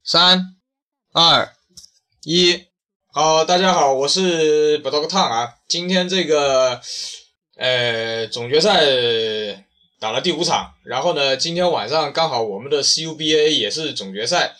3、2、1，好，大家好，我是 Dog 啊。今天这个总决赛打了第5场，然后呢，今天晚上刚好我们的 CUBA 也是总决赛，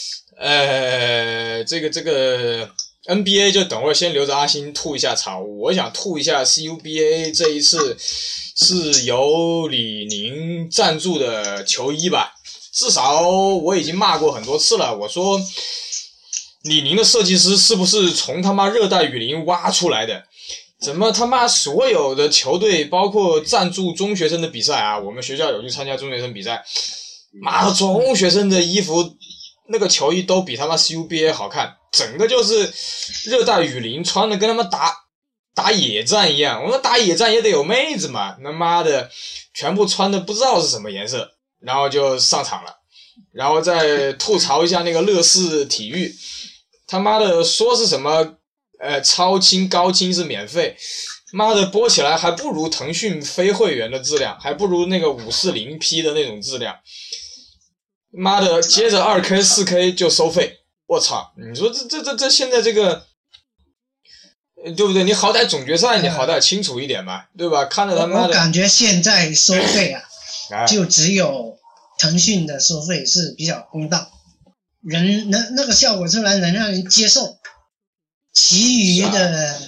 这个 NBA 就等会儿先留着阿星吐一下槽，我想吐一下 CUBA 这一次是由李宁赞助的球衣吧。至少我已经骂过很多次了，我说李宁的设计师是不是从他妈热带雨林挖出来的？怎么他妈所有的球队包括赞助中学生的比赛啊，我们学校有去参加中学生比赛，妈的中学生的衣服那个球衣都比他妈 CUBA 好看，整个就是热带雨林穿的跟他们打野战一样，我们打野战也得有妹子嘛，他妈的全部穿的不知道是什么颜色。然后就上场了，然后再吐槽一下那个乐视体育，他妈的说是什么超轻高清是免费，妈的播起来还不如腾讯非会员的质量，还不如那个 540P 的那种质量，妈的接着 2K 4K 就收费，我操，你说这现在这个对不对？你好歹总决赛你好歹清楚一点嘛，对吧？看着他妈的， 我感觉现在收费啊就只有腾讯的收费是比较公道，那个效果出来能让人接受，其余的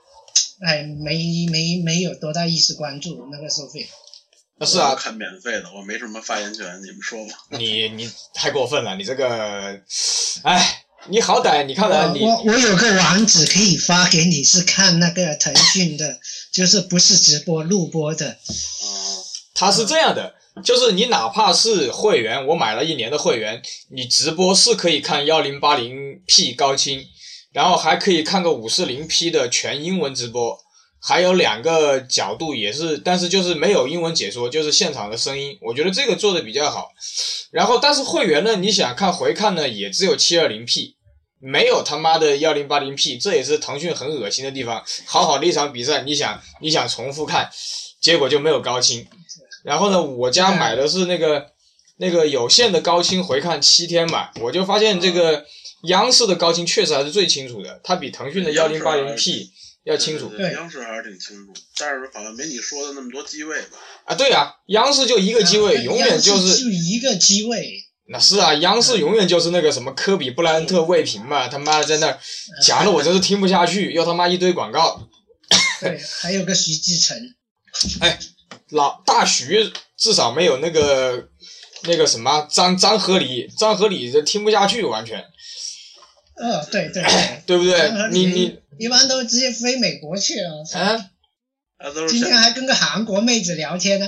没有多大意识关注那个收费。 是啊，看免费的，我没什么发言权，你们说吧。 你太过分了，你这个，你好歹你看看我有个网址可以发给你，是看那个腾讯的，就是不是直播录播的。 它是这样的，就是你哪怕是会员，我买了1年的会员，你直播是可以看 1080P 高清，然后还可以看个 540P 的全英文直播，还有2个角度也是，但是就是没有英文解说，就是现场的声音，我觉得这个做的比较好。然后但是会员呢，你想看回看呢，也只有 720P， 没有他妈的 1080P， 这也是腾讯很恶心的地方。好好的一场比赛，你想重复看，结果就没有高清。然后呢，我家买的是那个有线的高清回看7天嘛，我就发现这个央视的高清确实还是最清楚的，它比腾讯的 1080P 要清楚。 对，央视还是挺清楚，但是好像没你说的那么多机位吧？ 啊，对啊，央视就一个机位，永远就是一个机位。 那是啊，央视永远就是那个什么科比布莱恩特卫平嘛，他妈的在那儿讲的我真是听不下去，又他妈一堆广告。 对，还有个徐继成。 老大徐至少没有那个什么张合理这听不下去完全。 对， 对不对？你一般都直接飞美国去了。今天还跟个韩国妹子聊天呢。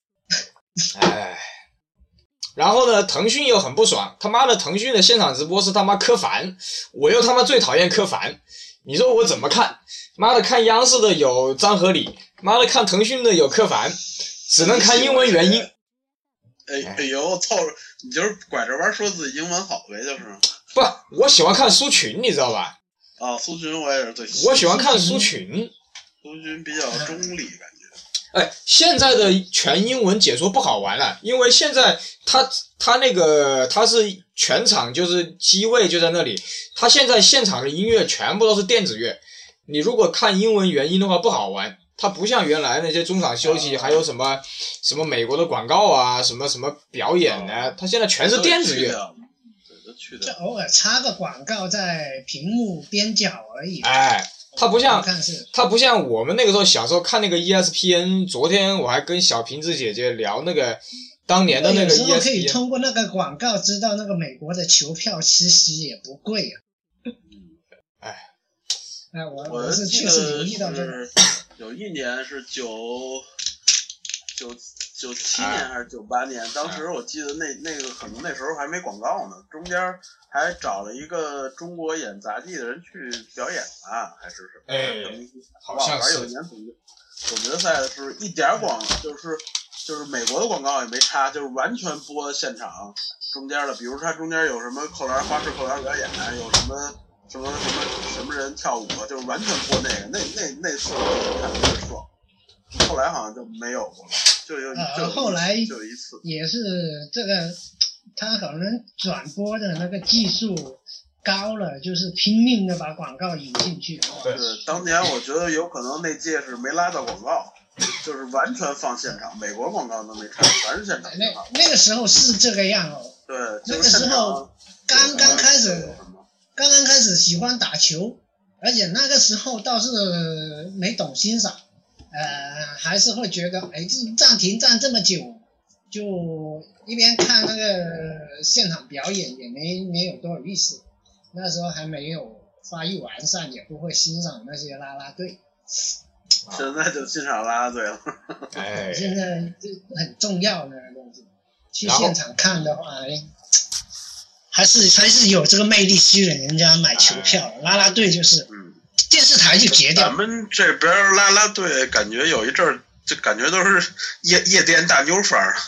然后呢，腾讯又很不爽，他妈的腾讯的现场直播是他妈柯凡，我又他妈最讨厌柯凡，你说我怎么看？妈的看央视的有张合理，妈的看腾讯的有柯凡，只能看英文原音。 哎呦，凑着你就是拐着弯说自己英文好呗，就是。 不，我喜欢看苏群，你知道吧？ 苏群我也是最喜欢。 我喜欢看苏群。 苏群比较中立感觉。 现在的全英文解说不好玩了，因为现在他是全场就是机位就在那里，他现在现场的音乐全部都是电子乐。你如果看英文原音的话不好玩，它不像原来那些中场休息还有什么美国的广告啊，什么表演啊，它现在全是电子乐。 就偶尔插个广告在屏幕边角而已。 它不像我们那个时候小时候看那个 ESPN， 昨天我还跟小瓶子姐姐聊那个当年的那个 ESPN， 有时候可以通过那个广告知道那个美国的球票其实也不贵啊。我是确实留意到这个。 有一年是97年还是98年，当时我记得那个可能那时候还没广告呢，中间还找了一个中国演杂技的人去表演啊，还是什么？ 好像是。 有一年总决赛的时候一点广就是美国的广告也没插，就是完全播现场中间的，比如他中间有什么花式扣篮表演，有什么人跳舞，就是完全播那个，那次我看特别爽。后来好像就没有过了，就有后来就有一次， 也是这个他可能转播的那个技术高了，就是拼命的把广告引进去。 对，当年我觉得有可能那届是没拉到广告，就是完全放现场，美国广告都没插，全是现场。 那个时候是这个样哦。 对， 那个时候刚刚开始喜欢打球，而且那个时候倒是没懂欣赏，还是会觉得，哎，这暂停站这么久，就一边看那个现场表演也没有多有意思。那时候还没有发育完善，也不会欣赏那些啦啦队。 现在就欣赏啦啦队了。 哎， 现在就很重要那个东西。去现场看的话，还是有这个魅力吸引人家买球票。啦啦队就是，电视台就截掉。 咱们这边啦啦队感觉有一阵儿，就感觉都是夜店大妞范儿。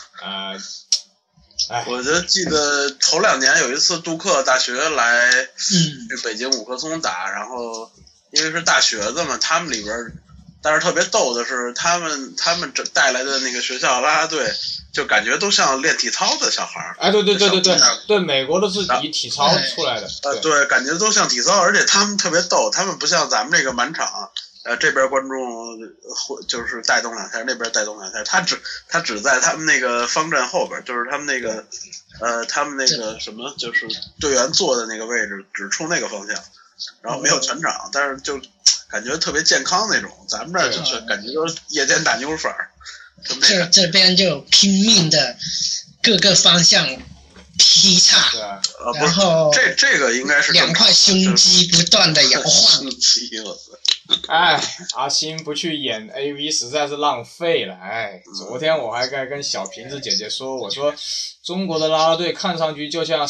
我就记得头2年有一次杜克大学来去北京五棵松打，然后因为是大学子嘛，他们里边，但是特别逗的是他们带来的那个学校啦啦队，就感觉都像练体操的小孩儿。 哎，对，美国都是以体操出来的。 对，感觉都像体操，而且他们特别逗，他们不像咱们这个满场。这边观众就是带动2下，那边带动2下，他只在他们那个方阵后边，就是他们那个什么，就是队员坐的那个位置，只冲那个方向，然后没有全场，但是就感觉特别健康那种。咱们这儿就是感觉都是夜间打妞范儿。 这边就拼命的各个方向劈叉，然后这个应该是 2块胸肌不断的摇晃。 哎，阿星不去演 AV 实在是浪费了。哎，昨天我还该跟小瓶子姐姐说，我说中国的啦啦队看上去就像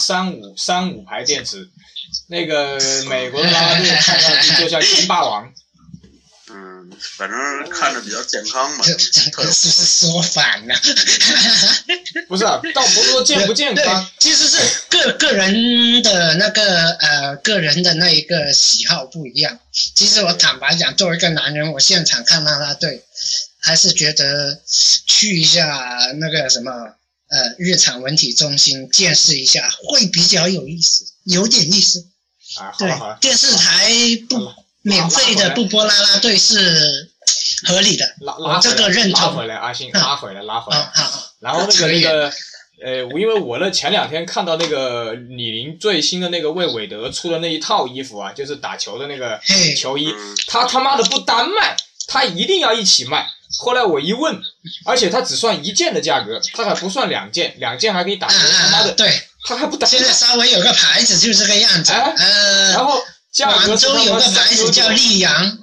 35排电池，那个美国的啦啦队看上去就像金霸王。 反正看着比较健康嘛。 这是说反了。 不是，倒不是说健不健康， 其实是个人的那个个人的那一个喜好不一样。其实我坦白讲，作为一个男人，我现场看啦啦队，还是觉得去一下那个什么日产文体中心见识一下，会比较有意思，有点意思。对，电视台免费的不播啦啦队是合理的，我这个认同。 拉回来，阿星，拉回来。然后那个因为我前2天看到那个李宁最新的那个为韦德出的那一套衣服啊，就是打球的那个球衣，他妈的不单卖，他一定要一起卖。后来我一问，而且他只算1件的价格，他还不算2件，2件还可以打球，他妈的， 对， 他还不打。 现在稍微有个牌子就这个样子， 然后广州有个牌子叫溧阳，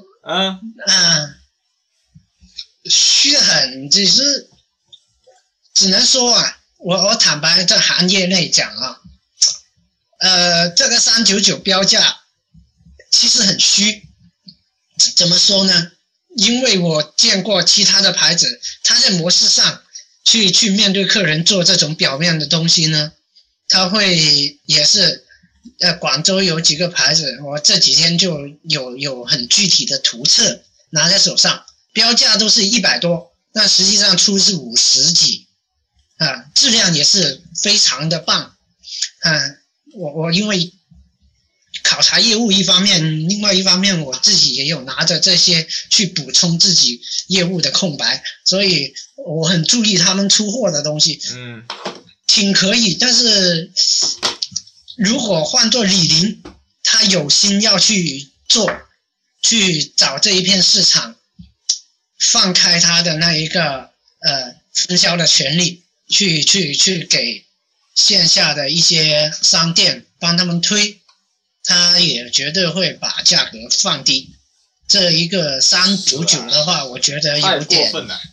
虚很，只能说啊，我坦白在行业内讲啊，这个399标价其实很虚，怎么说呢？因为我见过其他的牌子，他在模式上去面对客人做这种表面的东西呢，他会也是广州有几个牌子，我这几天就有很具体的图册拿在手上，标价都是100多，但实际上出是50几，质量也是非常的棒，我因为考察业务一方面，另外一方面我自己也有拿着这些去补充自己业务的空白，所以我很注意他们出货的东西，挺可以。但是如果换做李宁，他有心要去做，去找这一片市场，放开他的那一个分销的权利，去给线下的一些商店帮他们推，他也绝对会把价格放低。这一个399的话，我觉得有点过分了，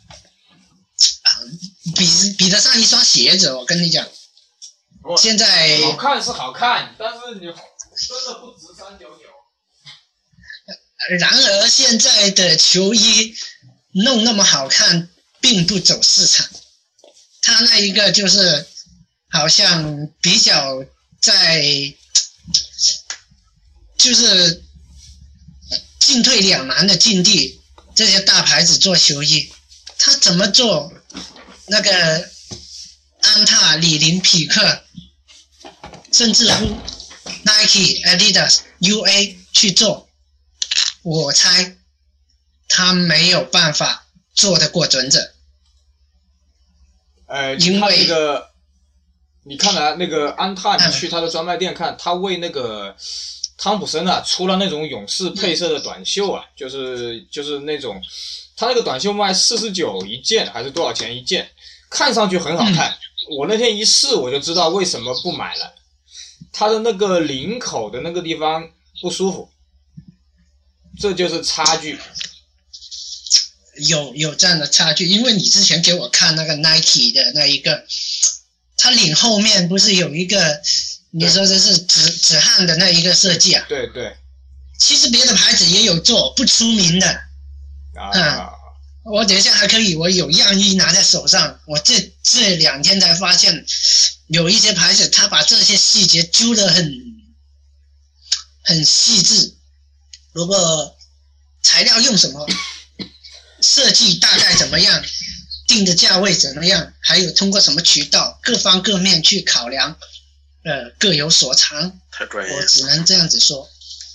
比得上一双鞋子。我跟你讲，现在好看是好看，但是你真的不值399。 然而现在的球衣弄那么好看，并不走市场。他那一个就是好像比较在就是进退两难的境地。这些大牌子做球衣，他怎么做？那个安踏、李宁、匹克甚至乎 Nike、Adidas、UA 去做，我猜他没有办法做得过准者。因为你看那个安踏，你去他的专卖店看，他为那个汤普森啊出了那种勇士配色的短袖啊，就是那种，他那个短袖卖49一件还是多少钱一件，看上去很好看。我那天一试我就知道为什么不买了，他的那个领口的那个地方不舒服，这就是差距。 有这样的差距，因为你之前给我看那个 Nike 的那一个，它领后面不是有一个，你说这是止汗的那一个设计啊？ 对对。 其实别的牌子也有做，不出名的。我等一下还可以，我有样衣拿在手上。我这2天才发现，有一些牌子它把这些细节揪得很细致。如果材料用什么？设计大概怎么样，定的价位怎么样，还有通过什么渠道，各方各面去考量，各有所长。 太专业了， 我只能这样子说。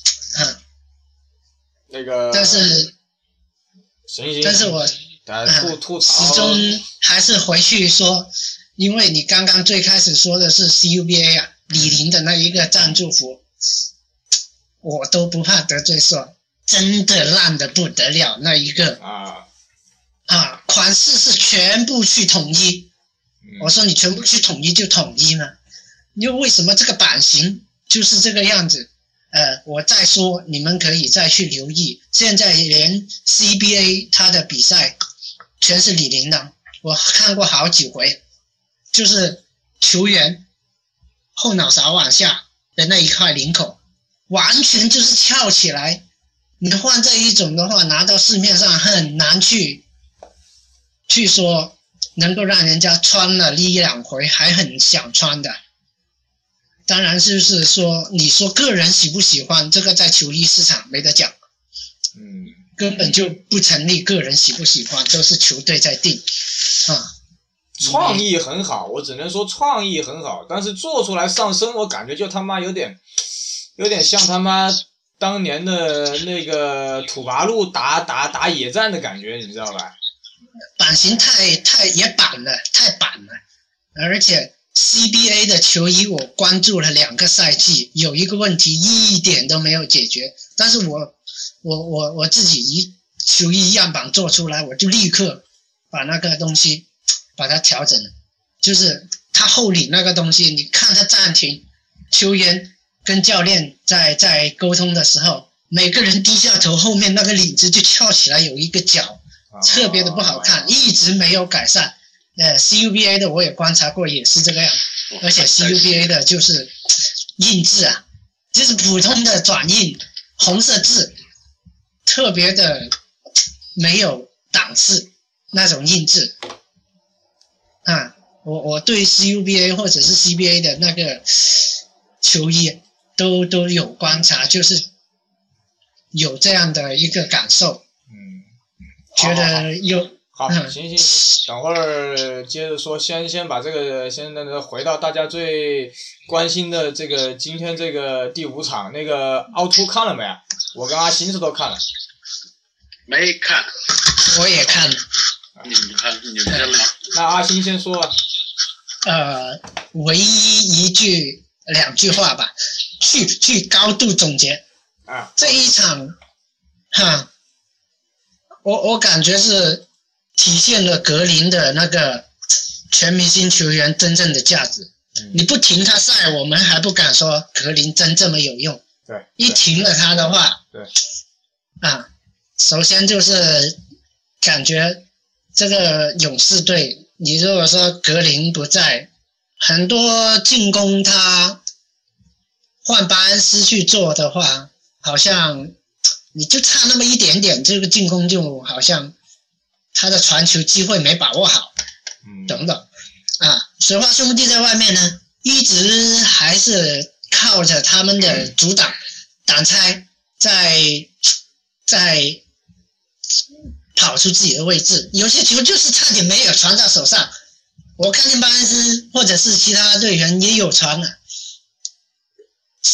那个， 但是， 行， 但是我吐槽， 始终还是回去说，因为你刚刚最开始说的是 CUBA 啊，李宁的那一个赞助服，我都不怕得罪说。真的烂得不得了，那一个款式是全部去统一。我说你全部去统一就统一嘛，因为为什么这个版型就是这个样子？我再说，你们可以再去留意，现在连 CBA 它的比赛全是李宁的，我看过好几回，就是球员后脑勺往下的那一块领口，完全就是翘起来。你换这一种的话，拿到市面上很难去说能够让人家穿了1-2回还很想穿的。当然就是说，你说个人喜不喜欢，这个在球衣市场没得讲，根本就不成立个人喜不喜欢，都是球队在定创意很好，我只能说创意很好，但是做出来上身，我感觉就他妈有点像他妈当年的那个土八路打野战的感觉，你知道吧？ 版型太也板了，太板了。而且 CBA 的球衣我关注了2个赛季，有一个问题一点都没有解决。但是我自己一球衣样板做出来，我就立刻把那个东西把它调整了。就是它后领那个东西，你看它暂停，球员跟教练在沟通的时候，每个人低下头，后面那个领子就翘起来，有一个角，特别的不好看，一直没有改善。CUBA 的我也观察过，也是这个样，而且 CUBA 的就是印字啊，就是普通的转印，红色字，特别的没有档次那种印字我对 CUBA 或者是 CBA 的那个球衣都有观察，就是有这样的一个感受，觉得有行，等会儿接着说，先把这个先回到大家最关心的这个今天这个第5场那个凹凸看了没啊？我跟阿星是都看了， 没看， 我也看了。 你们看，你们先聊。 那阿星先说啊。 唯一2句话吧，去高度总结这一场，我感觉是体现了格林的那个全明星球员真正的价值。你不停他赛，我们还不敢说格林真这么有用。 对， 一停了他的话， 对， 首先就是感觉这个勇士队，你如果说格林不在，很多进攻他换巴恩斯去做的话，好像你就差那么一点点，这个进攻就好像他的传球机会没把握好，等等水花兄弟在外面呢，一直还是靠着他们的阻挡挡拆在跑出自己的位置，有些球就是差点没有传到手上。我看见巴恩斯或者是其他队员也有传了，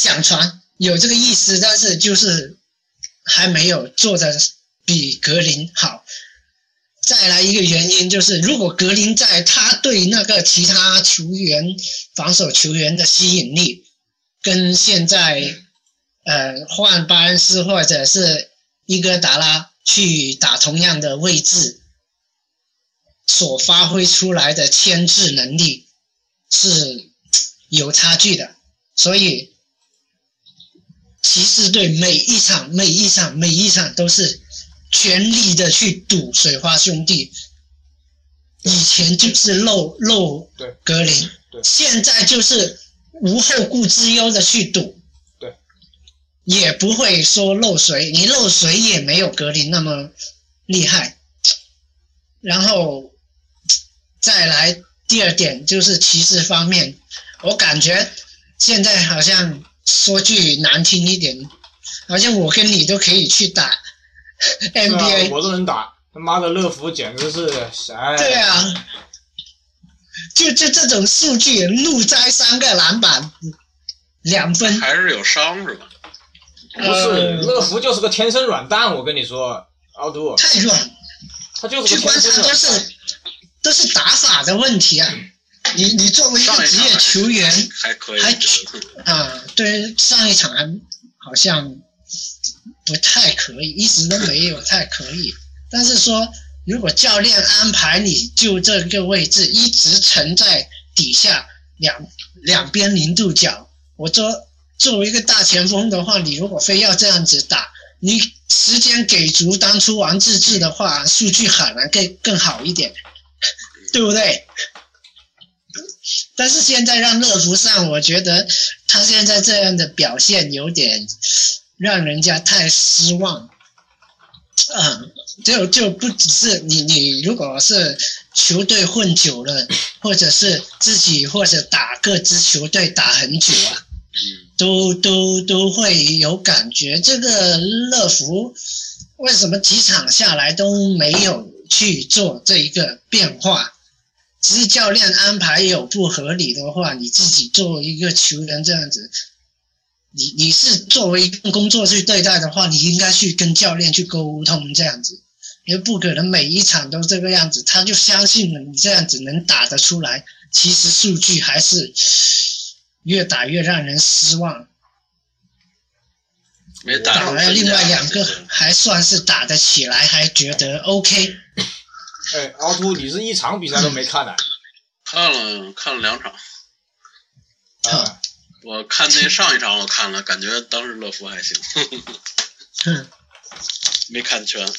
想传有这个意思，但是就是还没有做的比格林好。再来一个原因就是，如果格林在，他对那个其他球员防守球员的吸引力，跟现在换巴恩斯或者是伊戈达拉去打同样的位置所发挥出来的牵制能力是有差距的，所以骑士队每一场都是全力的去赌水花兄弟，以前就是漏格林，现在就是无后顾之忧的去赌， 对， 也不会说漏水，你漏水也没有格林那么厉害。然后再来第二点就是骑士方面，我感觉现在好像说句难听一点，好像我跟你都可以去打NBA， 我都能打，他妈的乐福简直是， 对啊，就这种数据，怒摘3个篮板，2分， 还是有伤是吧？ 不是，乐福就是个天生软蛋，我跟你说，奥杜太软， 他就是个天生软蛋， 都是打法的问题啊。你作为一个职业球员， 还可以， 对，上一场还好像不太可以，一直都没有太可以。但是说，如果教练安排你就这个位置一直沉在底下两边0度角，我作为一个大前锋的话，你如果非要这样子打，你时间给足，当初王治郅的话，数据可能更好一点，对不对？但是现在让乐福上，我觉得他现在这样的表现有点让人家太失望。就不只是你如果是球队混久了，或者是自己或者打各支球队打很久啊，都会有感觉。这个乐福为什么几场下来都没有去做这一个变化？只是教练安排有不合理的话，你自己作为一个球员这样子，你是作为一份工作去对待的话，你应该去跟教练去沟通这样子，因为不可能每一场都这个样子，他就相信了你这样子能打得出来，其实数据还是越打越让人失望。打了另外2个还算是打得起来，还觉得 OK。 奥图，你是一场比赛都没看的？ 看了2场。我看那上一场我看了，感觉当时乐福还行，没看全。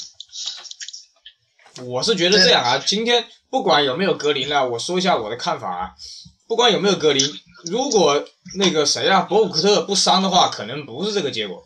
我是觉得这样啊，今天不管有没有格林了，我说一下我的看法啊。不管有没有格林，如果那个谁啊，博古克特不伤的话，可能不是这个结果。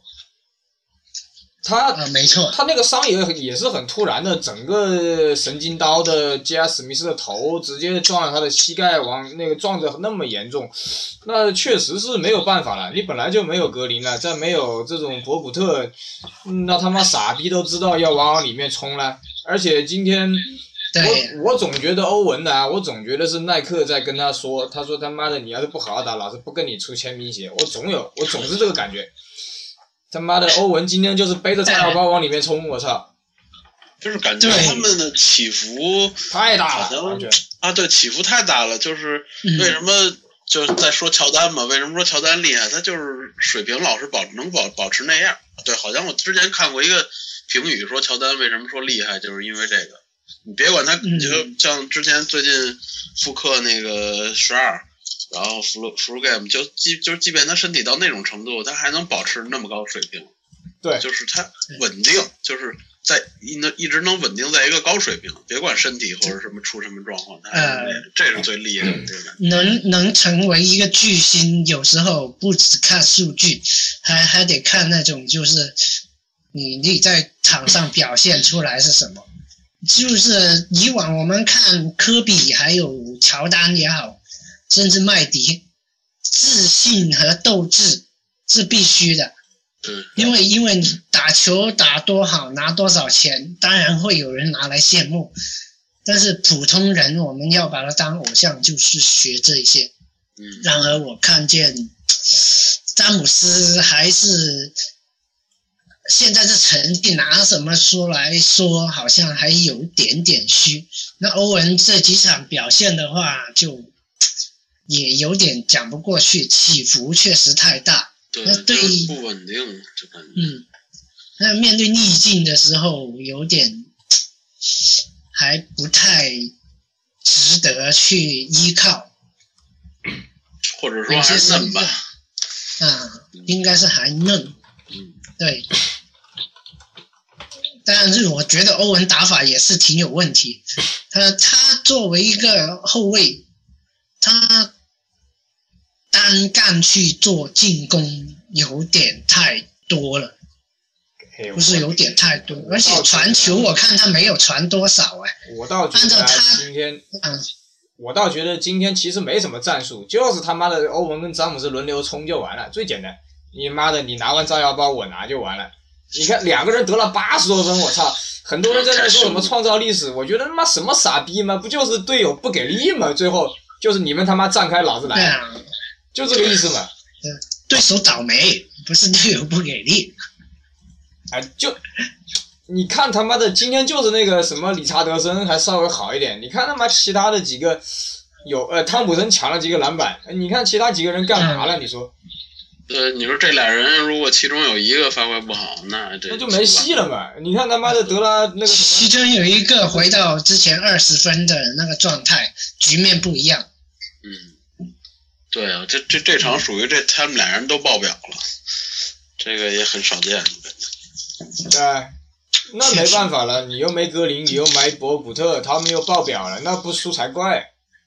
没错， 他那个伤也是很突然的，整个神经刀的杰拉史密斯的头直接撞了他的膝盖，往那个撞得那么严重，那确实是没有办法了。你本来就没有格林了，再没有这种博古特，那他妈傻逼都知道要往里面冲了。而且今天我总觉得欧文我总觉得是耐克在跟他说，他说他妈的你要是不好好打，老子不跟你出签名鞋。我总是这个感觉。他妈的，欧文今天就是背着炸药包往里面冲，我操！ 就是感觉他们的起伏太大了， 对，起伏太大了。就是为什么就是在说乔丹嘛？为什么说乔丹厉害？他就是水平老是能保持那样。对，好像我之前看过一个评语说乔丹为什么说厉害，就是因为这个。你别管他，就像之前最近复刻那个12。然后 full game 就是即便他身体到那种程度，他还能保持那么高水平。 对， 就是他稳定，就是在一直能稳定在一个高水平，别管身体或者什么出什么状况，这是最厉害的。 能成为一个巨星，有时候不只看数据，还得看那种就是你在场上表现出来是什么。就是以往我们看科比还有乔丹也好，甚至麦迪，自信和斗志是必须的。因为你打球打多好，拿多少钱，当然会有人拿来羡慕。但是普通人，我们要把他当偶像，就是学这些。然而我看见， 詹姆斯还是现在这成绩拿什么说来说，好像还有点点虚。那欧文这几场表现的话，就也有点讲不过去，起伏确实太大。那对不稳定，就感觉。 那面对逆境的时候，有点还不太值得去依靠， 或者说还嫩吧。 应该是还嫩。对。但是我觉得欧文打法也是挺有问题。他作为一个后卫，他单干去做进攻有点太多了。不是有点太多，而且传球我看他没有传多少我倒觉得今天，我倒觉得今天其实没什么战术，就是他妈的欧文跟詹姆斯轮流冲就完了，最简单。你妈的，你拿完炸药包我拿就完了。你看两个人得了80多分，我操！很多人在那说什么创造历史，我觉得他妈什么傻逼吗？不就是队友不给力吗？最后就是你们他妈站开，老子来，就这个意思嘛。 对手倒霉，不是队友不给力。 就你看他妈的，今天就是那个什么理查德森还稍微好一点，你看他妈其他的几个汤普森抢了几个篮板，你看其他几个人干嘛了？你说？ 你说这俩人如果其中有一个发挥不好，那就没戏了嘛！你看他妈的得了那个， 其中有一个回到之前20分的那个状态，局面不一样。 对啊，这场属于他们俩人都爆表了，这个也很少见。 那没办法了，你又没格林，你又没博古特，他们又爆表了，那不输才怪。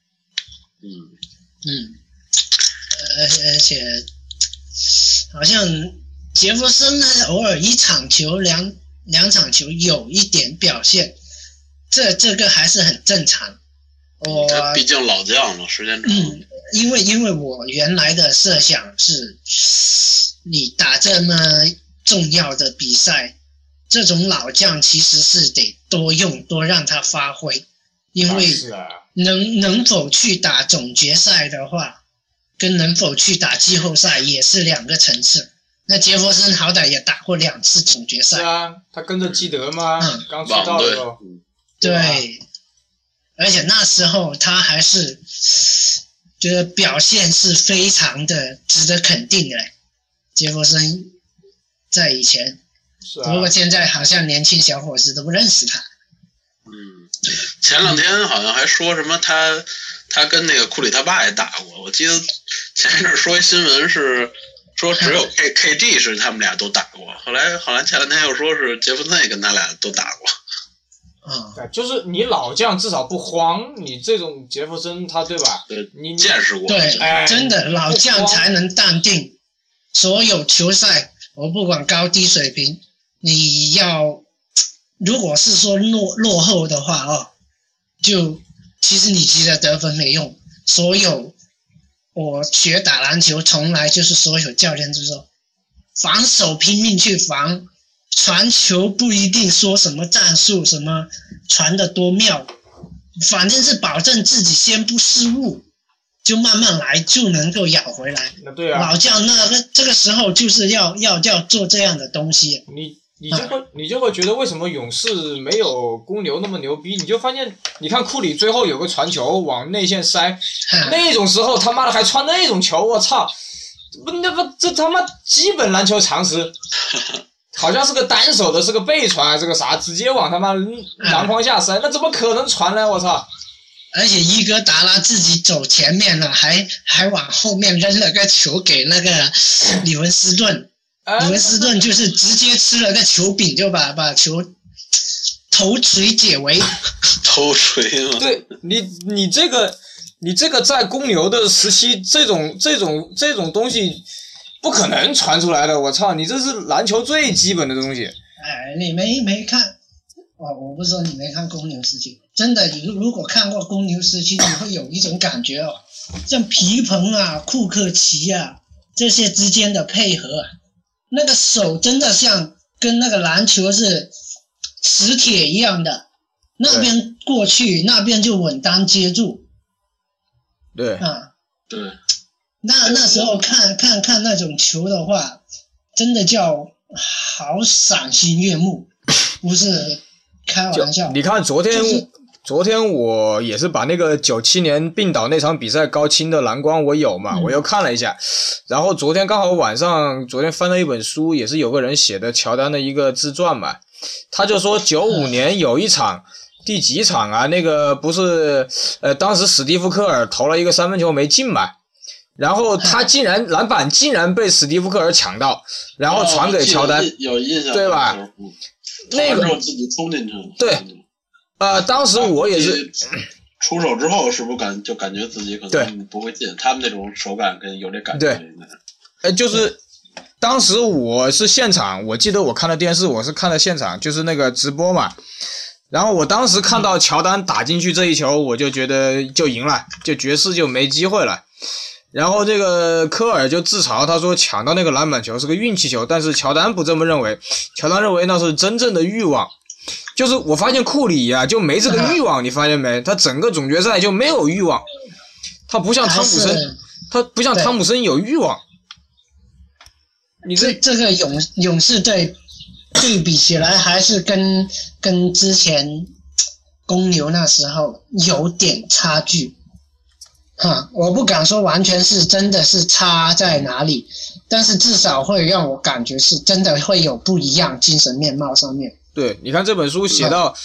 而且好像杰弗森偶尔一场球两场球有一点表现，这个还是很正常。 他毕竟老将了，时间长。 因为我原来的设想是，你打这么重要的比赛，这种老将其实是得多用，多让他发挥，因为能否去打总决赛的话，跟能否去打季后赛也是两个层次。那杰弗森好歹也打过2次总决赛。 是啊，他跟着基德嘛，刚出道的时候。 对，而且那时候他还是觉得表现是非常的值得肯定的。杰弗森在以前，不过现在好像年轻小伙子都不认识他。 前2天好像还说什么他跟那个库里他爸也打过，我记得前一阵说一新闻是说只有 KG 是他们俩都打过，后来前2天又说是杰弗森也跟他俩都打过。 就是你老将至少不慌，你这种杰弗森他对吧？你见识过。 对，真的老将才能淡定。所有球赛，我不管高低水平，你要如果是说落后的话就其实你急着得分没用。所有我学打篮球，从来就是所有教练就说，防守拼命去防。传球不一定说什么战术，什么传得多妙，反正是保证自己先不失误，就慢慢来就能够咬回来。 那对啊， 老将这个时候就是要做这样的东西。 你就会觉得为什么勇士没有公牛那么牛逼？你就发现，你看库里最后有个传球往内线塞，那种时候他妈的还传那种球，我操！这他妈基本篮球常识。好像是个单手的，是个背传还是个啥，直接往他妈篮筐下塞，那怎么可能传呢？我操！ 而且伊戈达拉自己走前面了，还往后面扔了个球给那个李文斯顿，李文斯顿就是直接吃了个球饼，就把球头锤解围。 头锤吗？ 对你这个在公牛的时期，这种东西。不可能传出来的，我操！你这是篮球最基本的东西。 你没看我不是说你没看公牛时期，真的，你如果看过公牛时期，你会有一种感觉像皮蓬啊、库克奇啊这些之间的配合那个手真的像跟那个篮球是磁铁一样的，那边过去，那边就稳当接住。 对。 对。 那时候看那种球的话，真的叫好赏心悦目，不是开玩笑。 你看昨天我也是把那个97年病倒那场比赛高清的蓝光我有嘛，我又看了一下，然后昨天刚好晚上翻了一本书，也是有个人写的乔丹的一个自传嘛，他就说95年有一场第几场啊，那个不是当时史蒂夫科尔投了一个3分球没进嘛，然后他篮板竟然被史蒂夫科尔抢到，然后传给乔丹， 有印象， 对吧？那个自己冲进去了， 对。当时我也是出手之后，是不是感觉自己可能不会进？他们那种手感跟有这感觉。 对，就是当时我是现场，我记得我看的电视，我是看的现场，就是那个直播嘛。然后我当时看到乔丹打进去这一球，我就觉得就赢了，就爵士就没机会了。然后这个科尔就自嘲，他说抢到那个篮板球是个运气球，但是乔丹不这么认为，乔丹认为那是真正的欲望。就是我发现库里啊就没这个欲望，你发现没？他整个总决赛就没有欲望，他不像汤姆森有欲望。你这个勇士队对比起来，还是跟之前公牛那时候有点差距。我不敢说完全是真的是差在哪里，但是至少会让我感觉是真的会有不一样精神面貌上面。 对，你看这本书写到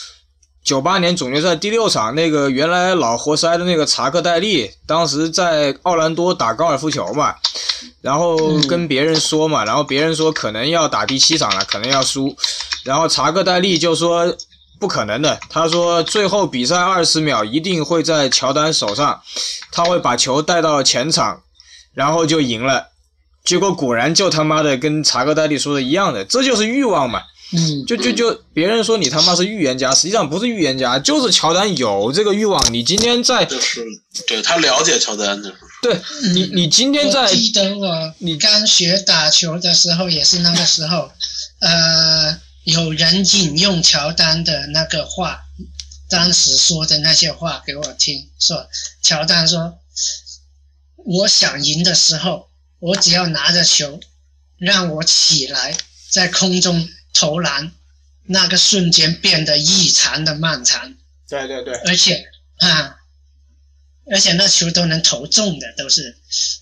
98年总决赛第6场，那个原来老活塞的那个查克戴利，当时在奥兰多打高尔夫球嘛，然后跟别人说嘛，然后别人说可能要打第7场了，可能要输，然后查克戴利就说不可能的，他说最后比赛20秒一定会在乔丹手上，他会把球带到前场，然后就赢了。结果果然就他妈的跟查克戴利说的一样的，这就是欲望嘛。就别人说你他妈是预言家，实际上不是预言家，就是乔丹有这个欲望。你今天在就是对他了解乔丹的， 对你今天在， 我记得你刚学打球的时候也是那个时候，有人引用乔丹的那个话，当时说的那些话给我听，说乔丹说，我想赢的时候，我只要拿着球，让我起来在空中投篮，那个瞬间变得异常的漫长。 对， 而且那球都能投中的，都是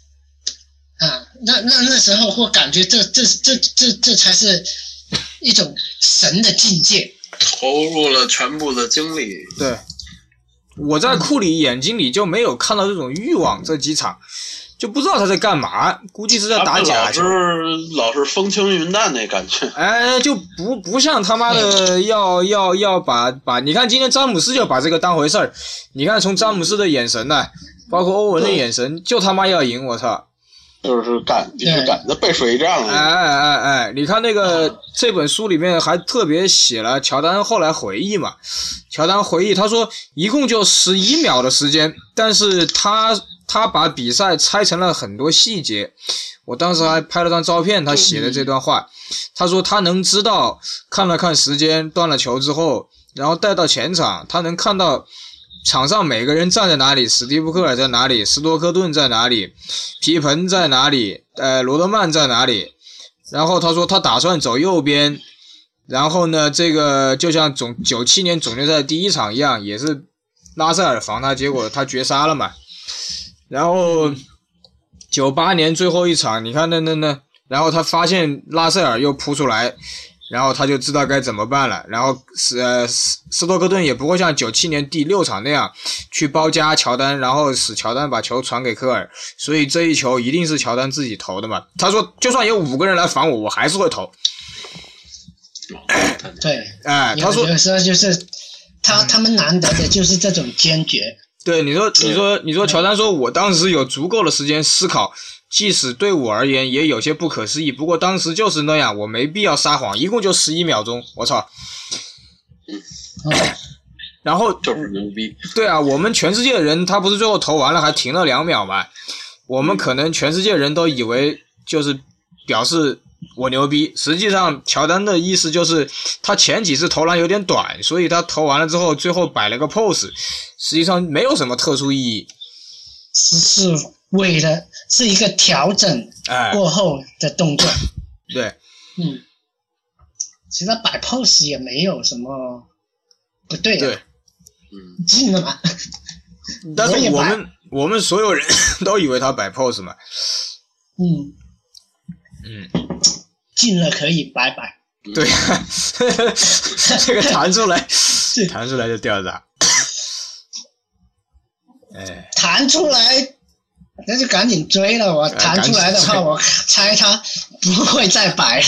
那时候会感觉这才是一种神的境界， 投入了全部的精力。 对，我在库里眼睛里就没有看到这种欲望，这几场就不知道他在干嘛，估计是在打假球， 老是风轻云淡那感觉。 就不像他妈的要把你看今天詹姆斯就把这个当回事儿，你看从詹姆斯的眼神呢，包括欧文的眼神，就他妈要赢，我操！ 就是赶着背水一仗了。 你看那个这本书里面还特别写了乔丹后来回忆嘛，乔丹回忆他说一共就11秒的时间，但是他把比赛拆成了很多细节，我当时还拍了张照片，他写的这段话，他说他能知道看了看时间，断了球之后，然后带到前场，他能看到场上每个人站在哪里，史蒂夫科尔在哪里，斯托克顿在哪里，皮蓬在哪里，罗德曼在哪里，然后他说他打算走右边，然后呢这个就像97年总决赛第1场一样，也是拉塞尔防他，结果他绝杀了嘛。然后98年最后一场，你看那，然后他发现拉塞尔又扑出来，然后他就知道该怎么办了。然后斯托克顿也不会像97年第6场那样去包夹乔丹，然后使乔丹把球传给科尔，所以这一球一定是乔丹自己投的嘛。他说就算有5个人来防我还是会投。 对， 他说有时候就是他们难得的就是这种坚决。 对，你说乔丹说我当时有足够的时间思考，即使对我而言也有些不可思议，不过当时就是那样，我没必要撒谎，一共就11秒钟，我操。然后就是牛逼。 对啊，我们全世界的人他不是最后投完了还停了2秒嘛，我们可能全世界人都以为就是表示我牛逼，实际上乔丹的意思就是他前几次投篮有点短，所以他投完了之后最后摆了个 pose， 实际上没有什么特殊意义。 是为了是一个调整过后的动作。 对， 其实他摆 pose 也没有什么不对啊。 对， 进了嘛。 但是我们所有人都以为他摆 pose 嘛。 进了可以摆。 对呀，这个弹出来就掉闸。 弹出来那就赶紧追了，我弹出来的话，我猜他不会再摆。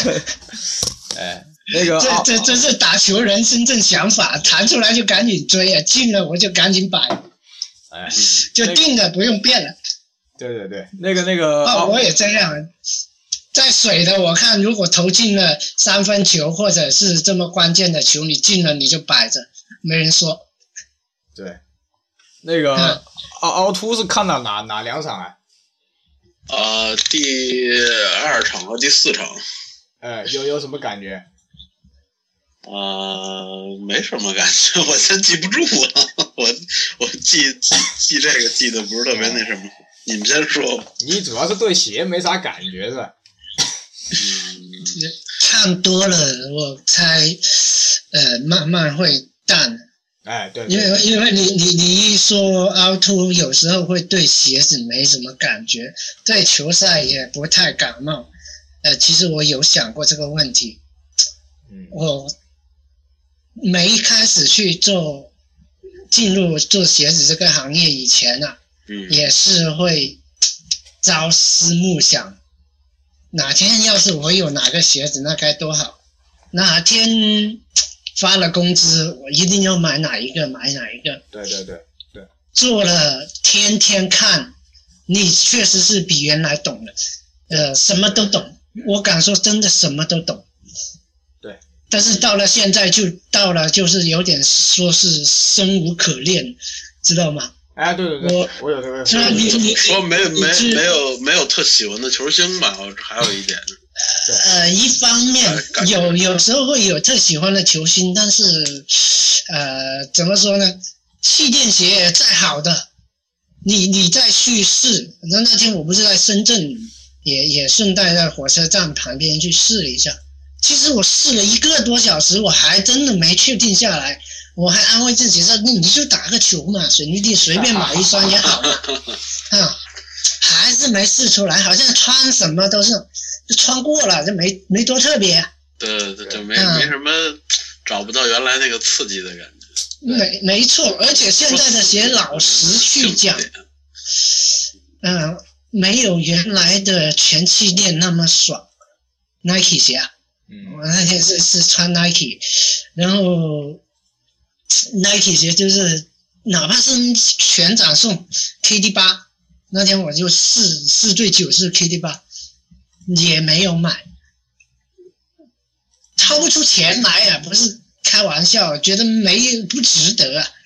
那个这是打球人真正想法，弹出来就赶紧追啊，进了我就赶紧摆，就定了不用变了。 对，那个我也这样。在水的我看，如果投进了3分球或者是这么关键的球，你进了你就摆着，没人说。 对，那个凹凸是看到哪2场啊？ 第2场和第4场。 有什么感觉？ 没什么感觉，我真记不住了。我记这个记得不是特别那什么。你们先说。 你主要是对鞋没啥感觉是吧？ 看多了，我猜慢慢会淡。 对。 因为你一说凹凸，有时候会对鞋子没什么感觉，对球赛也不太感冒。其实我有想过这个问题。我没开始进入做鞋子这个行业以前啊，也是会朝思暮想，哪天要是我有哪个鞋子那该多好，哪天发了工资我一定要买哪一个。 对。 做了天天看，你确实是比原来懂了，什么都懂，我敢说真的什么都懂。 对。 但是到了现在就是有点说是生无可恋，知道吗？ 对，我有这个。 你说没有特喜欢的球星吧？还有一点。 一方面有时候会有特喜欢的球星，但是怎么说呢？气垫鞋再好的，你再去试。那天我不是在深圳，也顺带在火车站旁边去试了一下。其实我试了1个多小时，我还真的没确定下来。我还安慰自己说：“你就打个球嘛，水泥地随便买一双也好嘛。”还是没试出来，好像穿什么都是就穿过了，就没多特别。 对，没什么，找不到原来那个刺激的感觉。 没错，而且现在的鞋老实去讲，没有原来的全气垫那么爽。Nike 鞋啊，我那天是穿 Nike， 然后 Nike 鞋就是哪怕是全掌送 KD8， 那天我就4对9是 KD8， 也没有买，掏不出钱来啊，不是开玩笑，觉得不值得啊。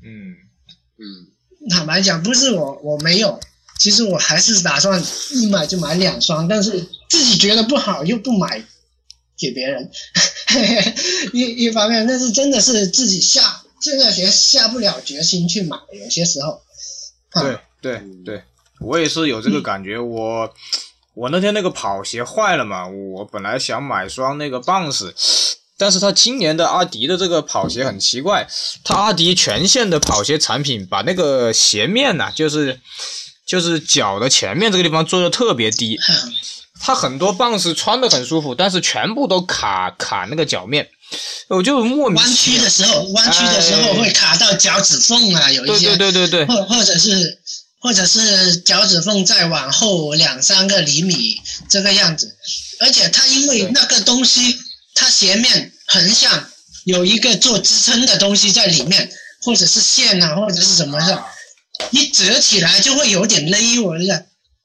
坦白讲，不是我没有，其实我还是打算一买就买2双，但是自己觉得不好又不买给别人。一方面，但是真的是自己这个鞋下不了决心去买，有些时候。 对，我也是有这个感觉。我那天那个跑鞋坏了嘛，我本来想买双那个棒子，但是他今年的阿迪的这个跑鞋很奇怪，他阿迪全线的跑鞋产品把那个鞋面啊，就是脚的前面这个地方做的特别低，他很多棒子穿的很舒服，但是全部都卡那个脚面，我就莫名弯曲的时候会卡到脚趾缝啊，有一些对， 或者是脚趾缝再往后2-3个厘米这个样子，而且它因为那个东西，它鞋面横向有一个做支撑的东西在里面，或者是线啊，或者是什么的，一折起来就会有点勒我的。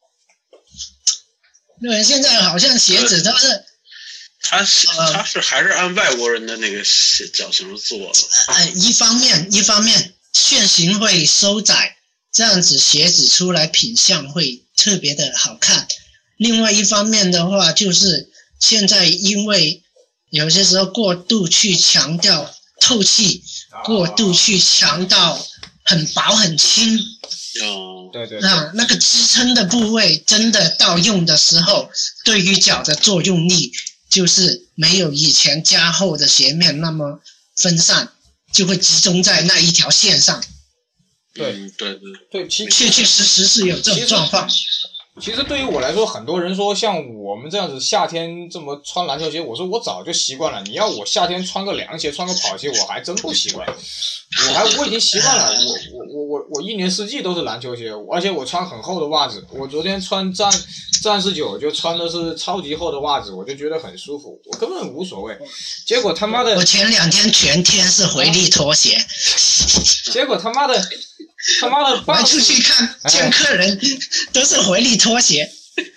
对，现在好像鞋子都是。 他是还是按外国人的那个脚型做的。 一方面楦型会收窄，这样子鞋子出来品相会特别的好看。另外一方面的话，就是现在因为有些时候过度去强调透气，过度去强调很薄很轻， 对对， 那个支撑的部位真的到用的时候，对于脚的作用力就是没有以前加厚的鞋面那么分散，就会集中在那一条线上。 对， 确确实实是有这种状况。 其实对于我来说，很多人说像我们这样子夏天这么穿篮球鞋，我说我早就习惯了。你要我夏天穿个凉鞋、穿个跑鞋，我还真不习惯。我已经习惯了，我一年四季都是篮球鞋，而且我穿很厚的袜子。我昨天穿战士9就穿的是超级厚的袜子，我就觉得很舒服，我根本无所谓。结果他妈的， 我前2天全天是回力拖鞋， 结果他妈的。 我出去见客人都是回力拖鞋，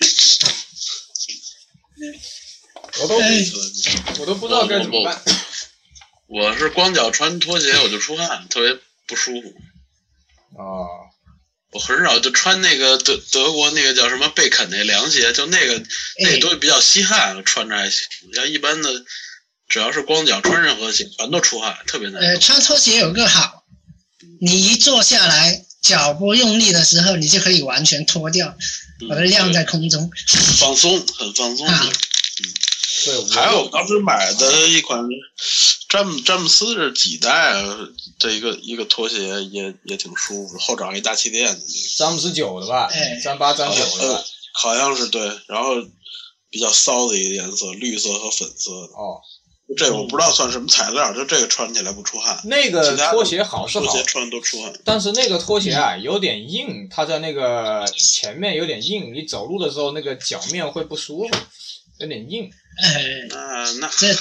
我都不知道该怎么办。 我是光脚穿拖鞋我就出汗，特别不舒服。我很少就穿那个德国那个叫什么贝肯那凉鞋，就那个东西比较吸汗，穿着还行。像一般的，只要是光脚穿任何鞋，全都出汗，特别难受。 穿拖鞋有个好，你一坐下来，脚不用力的时候，你就可以完全脱掉，把它晾在空中， 放松，很放松。 对， 还有当时买的一款詹姆斯是几代啊？这一个拖鞋也挺舒服，后掌一大气垫的。 詹姆斯9的吧？38、39的吧？ 好像是对，然后比较骚的一个颜色，绿色和粉色的。这我不知道算什么材料，就这个穿起来不出汗。 那个拖鞋好是好， 拖鞋穿都出汗。 但是那个拖鞋啊有点硬，它在那个前面有点硬，你走路的时候那个脚面会不舒服，有点硬。 这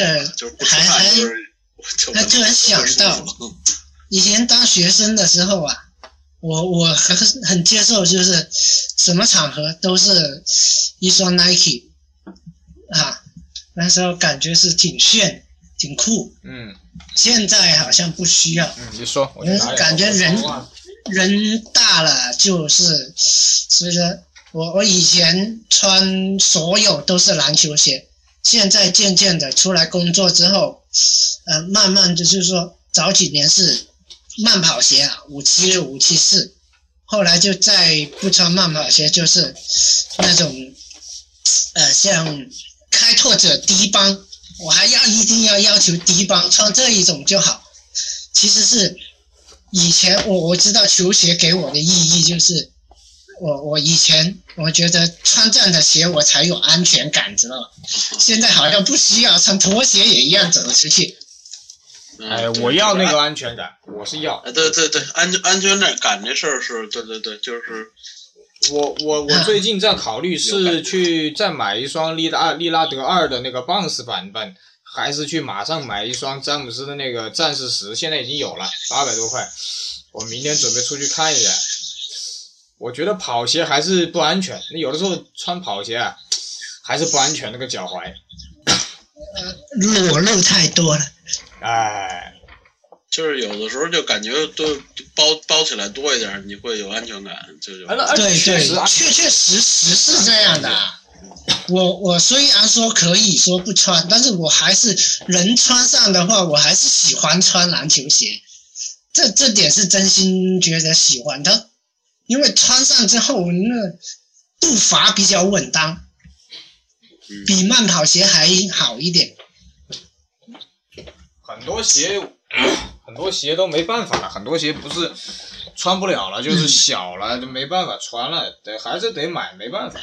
还突然想到，以前当学生的时候啊，我很接受，就是什么场合都是一双 Nike 那时候感觉是挺炫、挺酷。现在好像不需要。 你说， 感觉人大了，就是所以说我以前穿所有都是篮球鞋，现在渐渐的出来工作之后，慢慢的就是说早几年是慢跑鞋576、574，后来就再不穿慢跑鞋，就是那种像开拓者低帮，我还一定要求低帮，穿这一种就好。其实是以前我知道球鞋给我的意义就是我以前我觉得穿这样的鞋我才有安全感，知道吗？现在好像不需要，穿拖鞋也一样走出去。 我要那个安全感，我是要。 对，安全感这事儿是，对，就是。 我最近在考虑是去再买一双利拉德2的那个 Bounce 版本，还是去马上买一双詹姆斯的那个战士10，现在已经有了800多块，我明天准备出去看一下。我觉得跑鞋还是不安全，你有的时候穿跑鞋还是不安全，那个脚踝裸露太多了。 就是有的时候就感觉都包起来多一点，你会有安全感， 对，确实是这样的。我虽然说可以说不穿，但是我还是人穿上的话，我还是喜欢穿篮球鞋。这点是真心觉得喜欢的，因为穿上之后那步伐比较稳当，比慢跑鞋还好一点。 很多鞋都没办法了，很多鞋不是穿不了了，就是小了，就没办法穿了，还是得买，没办法。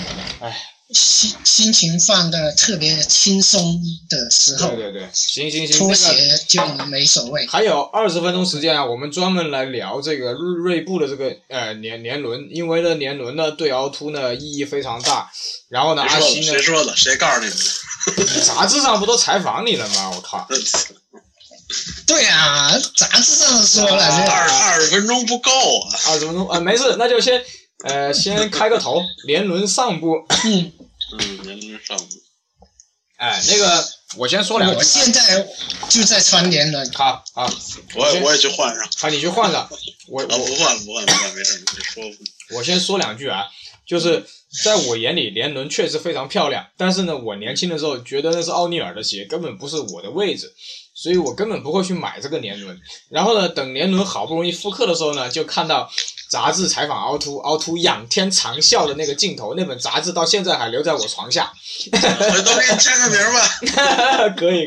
心情放的特别轻松的时候， 对，行， 拖鞋就没所谓。 还有20分钟时间我们专门来聊这个锐步的这个年轮，因为呢年轮呢对凹凸呢意义非常大。然后呢，阿西呢？ 谁说的？谁告诉你们的？ 杂志上不都采访你了吗？我靠！ 对啊，杂志上说了 ，20分钟不够啊 ，20分钟没事，那就先开个头，年轮上部。 年轮上部。 那个我先说两句。 我现在就在穿年轮。 好， 我也去换上。 好，你去换上。我不换，没事，你说。 我先说两句就是在我眼里，年轮确实非常漂亮，但是呢，我年轻的时候觉得那是奥尼尔的鞋，根本不是我的位置。所以我根本不会去买这个年轮。然后呢，等年轮好不容易复刻的时候呢，就看到杂志采访凹凸仰天长啸的那个镜头，那本杂志到现在还留在我床下。 回头给你签个名吧。 可以。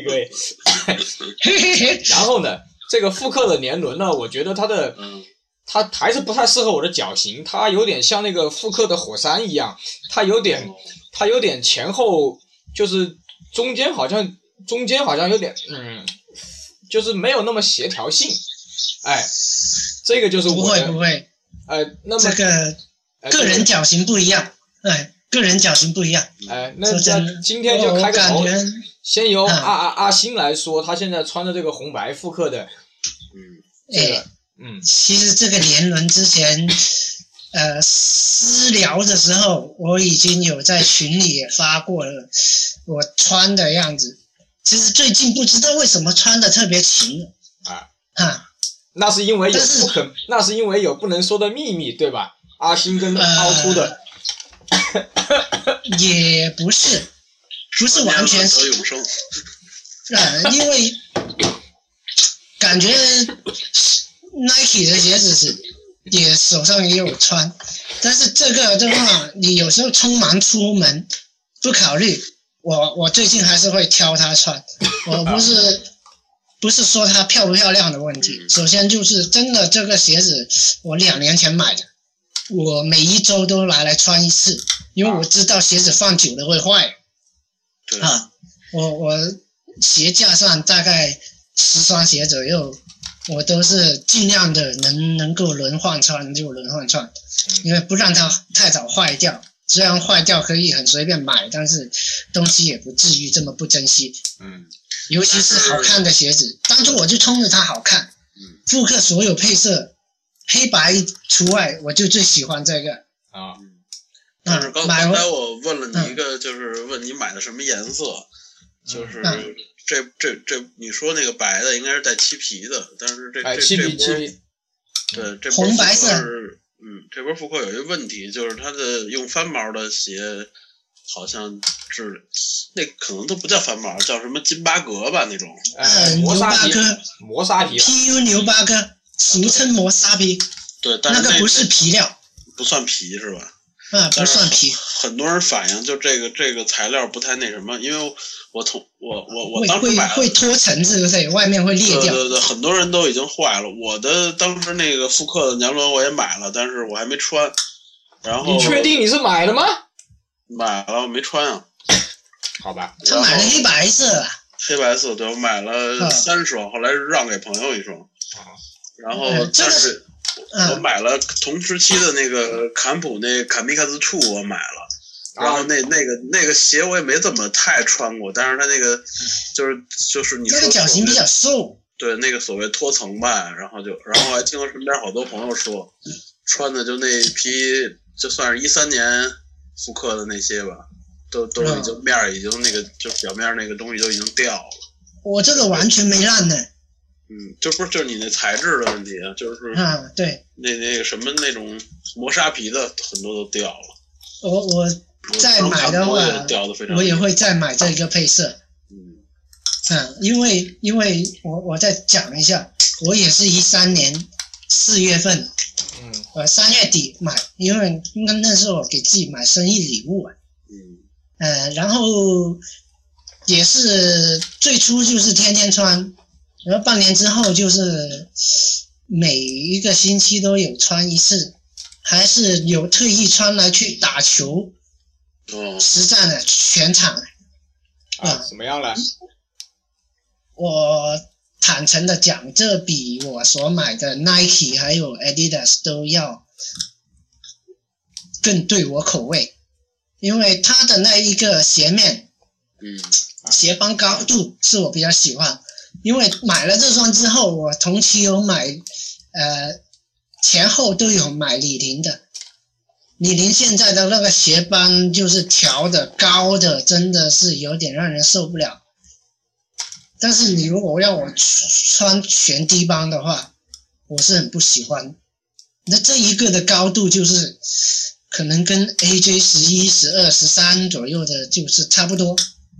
然后呢，这个复刻的年轮呢，我觉得它还是不太适合我的脚型，它有点像那个复刻的火山一样，它有点前后就是中间好像有点就是没有那么协调性。这个就是我的不会。 那么这个个人脚型不一样，个人脚型不一样。 那今天就开个头，先由阿星来说，他现在穿的这个红白复刻的， 其实这个年轮之前，私聊的时候，我已经有在群里也发过了，我穿的样子。其实最近不知道为什么穿的特别勤了那是因为有不能说的秘密，对吧？阿星跟凹凸的， 也不是完全是永生。 因为感觉 Nike 的鞋子也手上也有穿，但是这个的话，你有时候匆忙出门不考虑，我最近还是会挑它穿。我不是说它漂不漂亮的问题，首先就是真的这个鞋子我2年前买的，我每一周都拿来穿一次，因为我知道鞋子放久了会坏。我鞋架上大概10双鞋左右，我都是尽量的能够轮换穿就轮换穿，因为不让它太早坏掉。虽然坏掉可以很随便买，但是东西也不至于这么不珍惜。尤其是好看的鞋子，当初我就冲着它好看。复刻所有配色，黑白除外，我就最喜欢这个。 但是刚才我问了你一个，就是问你买的什么颜色，就是这你说那个白的应该是带漆皮的，但是这对这红白色。 这波复刻有一个问题，就是它的用翻毛的鞋，好像是那可能都不叫翻毛，叫什么金巴格吧那种。 磨砂皮 PU 牛巴哥，俗称磨砂皮。 对，但是那个不是皮料， 不算皮是吧？ 不算皮。 很多人反映就这个材料不太那什么，因为我当时买会脱层，是不是？外面会裂掉。 对，很多人都已经坏了。我的当时那个复刻的年轮我也买了，但是我还没穿。然后你确定你是买的吗？ 买了，我没穿啊。 好吧。 他买了黑白色。 黑白色，对，我买了3双，后来让给朋友1双。然后但是我买了同时期的那个坎普那卡米卡兹2，我买了。然后那个鞋我也没怎么太穿过，但是它那个就是你说这个脚型比较瘦， 对，那个所谓脱层吧，然后我还听了身边好多朋友说，穿的就那一批，就算是13年复刻的那些吧，都已经面已经那个就表面那个东西都已经掉了。 我这个完全没烂呢。 就是你那材质的问题，就是对， 那个什么那种磨砂皮的很多都掉了。 我再买的话，我也会再买这个配色。因为我再讲一下，我也是13年4月份，3月底买，因为那是我给自己买生日礼物啊。然后也是最初就是天天穿，然后半年之后就是每一个星期都有穿一次，还是有特意穿来去打球。实战的全场。 怎么样了？ 我坦诚的讲，这比我所买的 Nike 还有 Adidas 都要更对我口味，因为它的那一个鞋面，鞋帮高度是我比较喜欢。因为买了这双之后，我同期有买，前后都有买李宁的。李宁现在的那个鞋帮就是调的高的，真的是有点让人受不了。但是你如果让我穿全低帮的话，我是很不喜欢。那这一个的高度就是可能跟 AJ 11、12、13左右的就是差不多。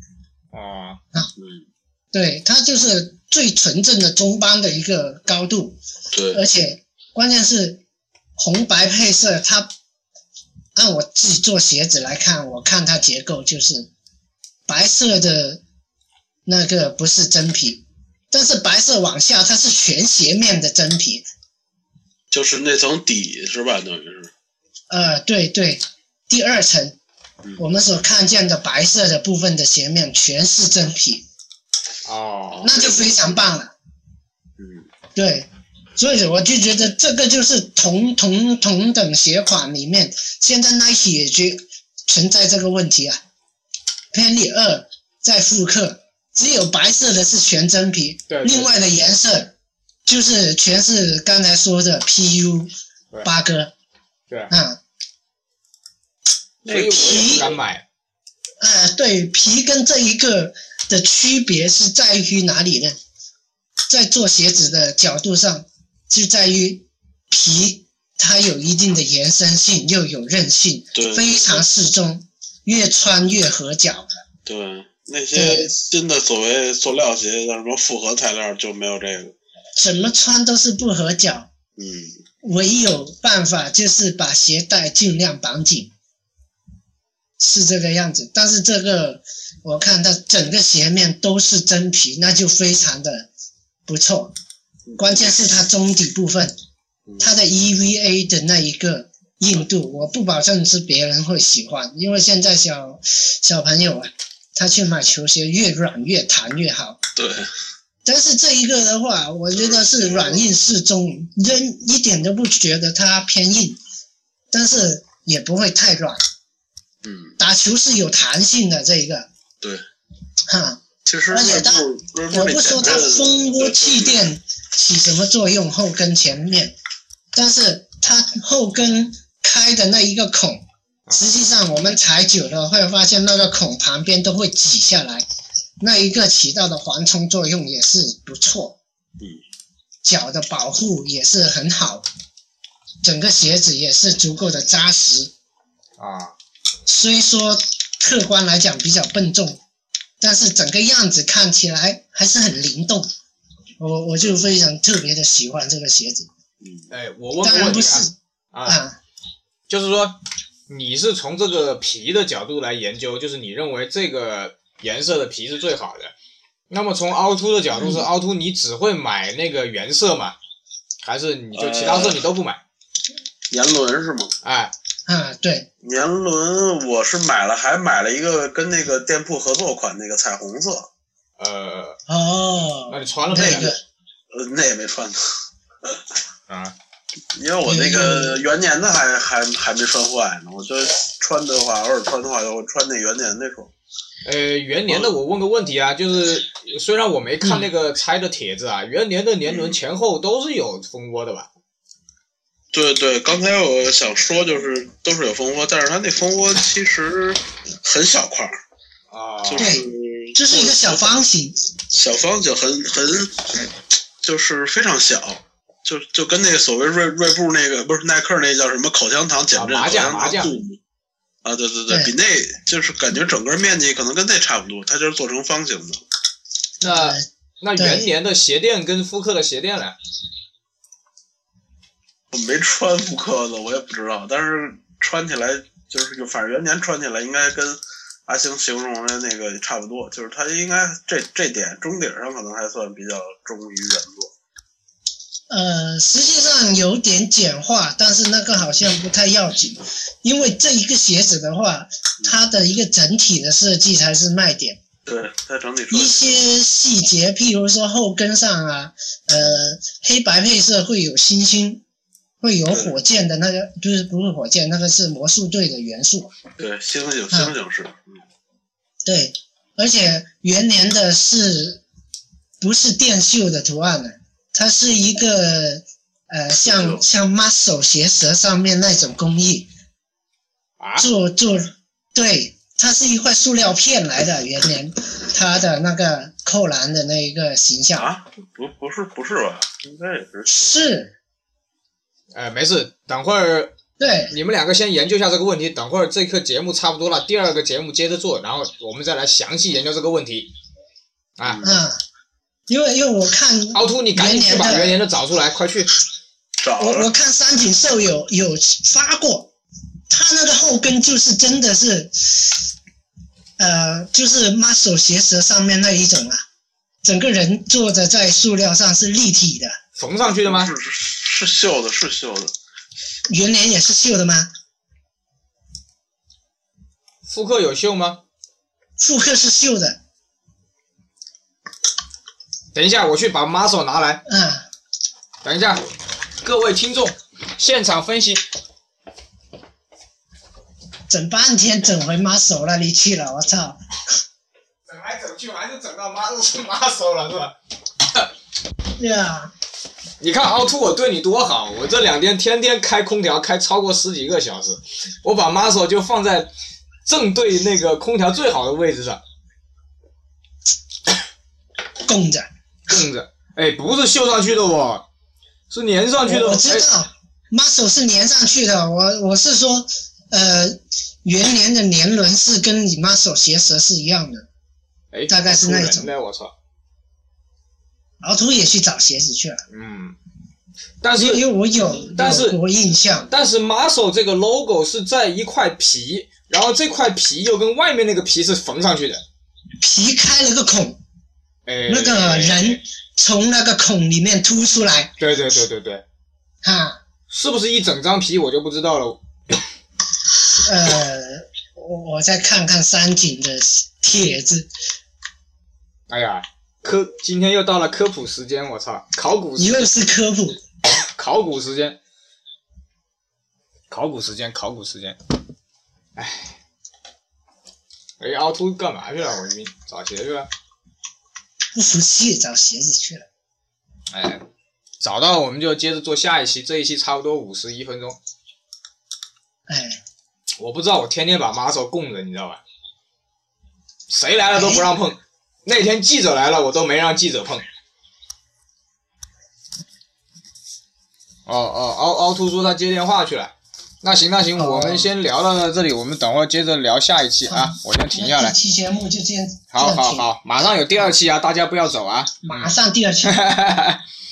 对，它就是最纯正的中帮的一个高度。 对， 而且关键是红白配色，它按我自己做鞋子来看，我看它结构就是白色的那个不是真皮，但是白色往下它是全鞋面的真皮， 就是那层底是吧？等于是。 对对，第二层，我们所看见的白色的部分的鞋面全是真皮。 哦， 那就非常棒了。对，所以我就觉得这个就是同等鞋款里面，现在 Nike 也存在这个问题啊。Penny 2在复刻，只有白色的是全真皮， 对， 另外的颜色就是全是刚才说的 PU 八哥。 对， 所以我也不敢买。 对，皮跟这一个的区别是在于哪里呢？在做鞋子的角度上，就在于皮它有一定的延伸性，又有韧性，非常适中，越穿越合脚。 对，那些新的所谓塑料鞋，像什么复合材料就没有这个， 怎么穿都是不合脚。唯有办法就是把鞋带尽量绑紧，是这个样子。但是这个我看它整个鞋面都是真皮，那就非常的不错。关键是它中底部分，它的 EVA 的那一个硬度，我不保证是别人会喜欢，因为现在小朋友啊，他去买球鞋越软越弹越好。 对。 但是这一个的话，我觉得是软硬适中，人一点都不觉得它偏硬，但是也不会太软。打球是有弹性的这一个。 对。 其实而且我不说它蜂窝气垫起什么作用，后跟前面，但是它后跟开的那一个孔，实际上我们踩久了会发现那个孔旁边都会挤下来。那一个起到的缓冲作用也是不错，脚的保护也是很好，整个鞋子也是足够的扎实。虽说客观来讲比较笨重，但是整个样子看起来还是很灵动，我就非常特别的喜欢这个鞋子。 我问个问题就是说你是从这个皮的角度来研究，就是你认为这个颜色的皮是最好的。那么从凹凸的角度是凹凸你只会买那个原色吗？还是你就其他色你都不买？ 年轮是吗？ 对。 年轮我是买了，还买了一个跟那个店铺合作款那个彩虹色。 那你穿了没？ 那也没穿呢。因为我那个元年的还没穿坏呢，我就穿的话，偶尔穿的话，我穿那元年那种。 元年的我问个问题啊，就是虽然我没看那个拆的帖子啊，元年的年轮前后都是有蜂窝的吧？ 对对，刚才我想说就是都是有蜂窝，但是它那蜂窝其实很小块对，这是一个小方形， 很就是非常小。就跟那个所谓锐步那个不是耐克那叫什么口香糖减震麻将对，比那就是感觉整个面积可能跟那差不多，它就是做成方形的。 那元年的鞋垫跟复刻的鞋垫呢？ 我没穿复刻的，我也不知道，但是穿起来就是反正元年穿起来应该跟阿星形容的那个差不多，就是它应该这点中底上可能还算比较忠于原作。 实际上有点简化，但是那个好像不太要紧，因为这一个鞋子的话，它的一个整体的设计才是卖点。 对，它整体一些细节，譬如说后跟上啊，黑白配色会有星星，会有火箭的那个，不是火箭，那个是魔术队的元素。 对，星星是。 对，而且元年的是不是电绣的图案呢？它是一个像 muscle 鞋舌上面那种工艺，对，它是一块塑料片来的。元年它的那个扣篮的那一个形象不是吧？应该也是。 没事，等会儿对你们两个先研究一下这个问题，等会儿这个节目差不多了，第二个节目接着做，然后我们再来详细研究这个问题因为我看凹凸，你赶紧去把元年的找出来，快去。 我看三井寿有发过，他那个后跟就是真的是，就是 muscle 鞋舌上面那一种啊，整个人坐着在塑料上是立体的。 缝上去的吗？ 是绣的，是绣的。 圆脸也是绣的吗？ 复刻有绣吗？ 复刻是绣的。 等一下，我去把 muscle 拿来。等一下，各位听众，现场分析。 整半天整回 muscle 那里去了，我操！ 整来整去还是整到 muscle 了，是吧？ 对啊。 你看凹凸我对你多好，我这2天天天开空调，开超过10几个小时，我把 muscle 就放在正对那个空调最好的位置上， 供着。 哎，不是绣上去的哦，是粘上去的。 我知道 ，muscle 是粘上去的。我是说，圆年的年轮是跟你 muscle 鞋舌是一样的。 哎， 大概是那一种。 我操！ 凹凸也去找鞋子去了。 但是因为我有过印象。 但是 muscle 这个 logo 是在一块皮，然后这块皮又跟外面那个皮是缝上去的。 皮开了个孔。那个人从那个孔里面凸出来。 对。是不是一整张皮我就不知道了。 我再看看三井的帖子。 哎呀，今天又到了科普时间，我操，考古时间。 又是科普。 考古时间。哎，凹凸干嘛去了？我晕，找鞋去了。 不服气找鞋子去了。 哎，找到我们就接着做下一期，这一期差不多51分钟。我不知道，我天天把muscle供着，你知道吧？谁来了都不让碰。那天记者来了，我都没让记者碰。凹凸说他接电话去了。那行，我们先聊到这里，我们等会儿接着聊下一期啊。我先停下来。 这期节目就这样。 好，马上有第2期啊，大家不要走啊。 马上第2期。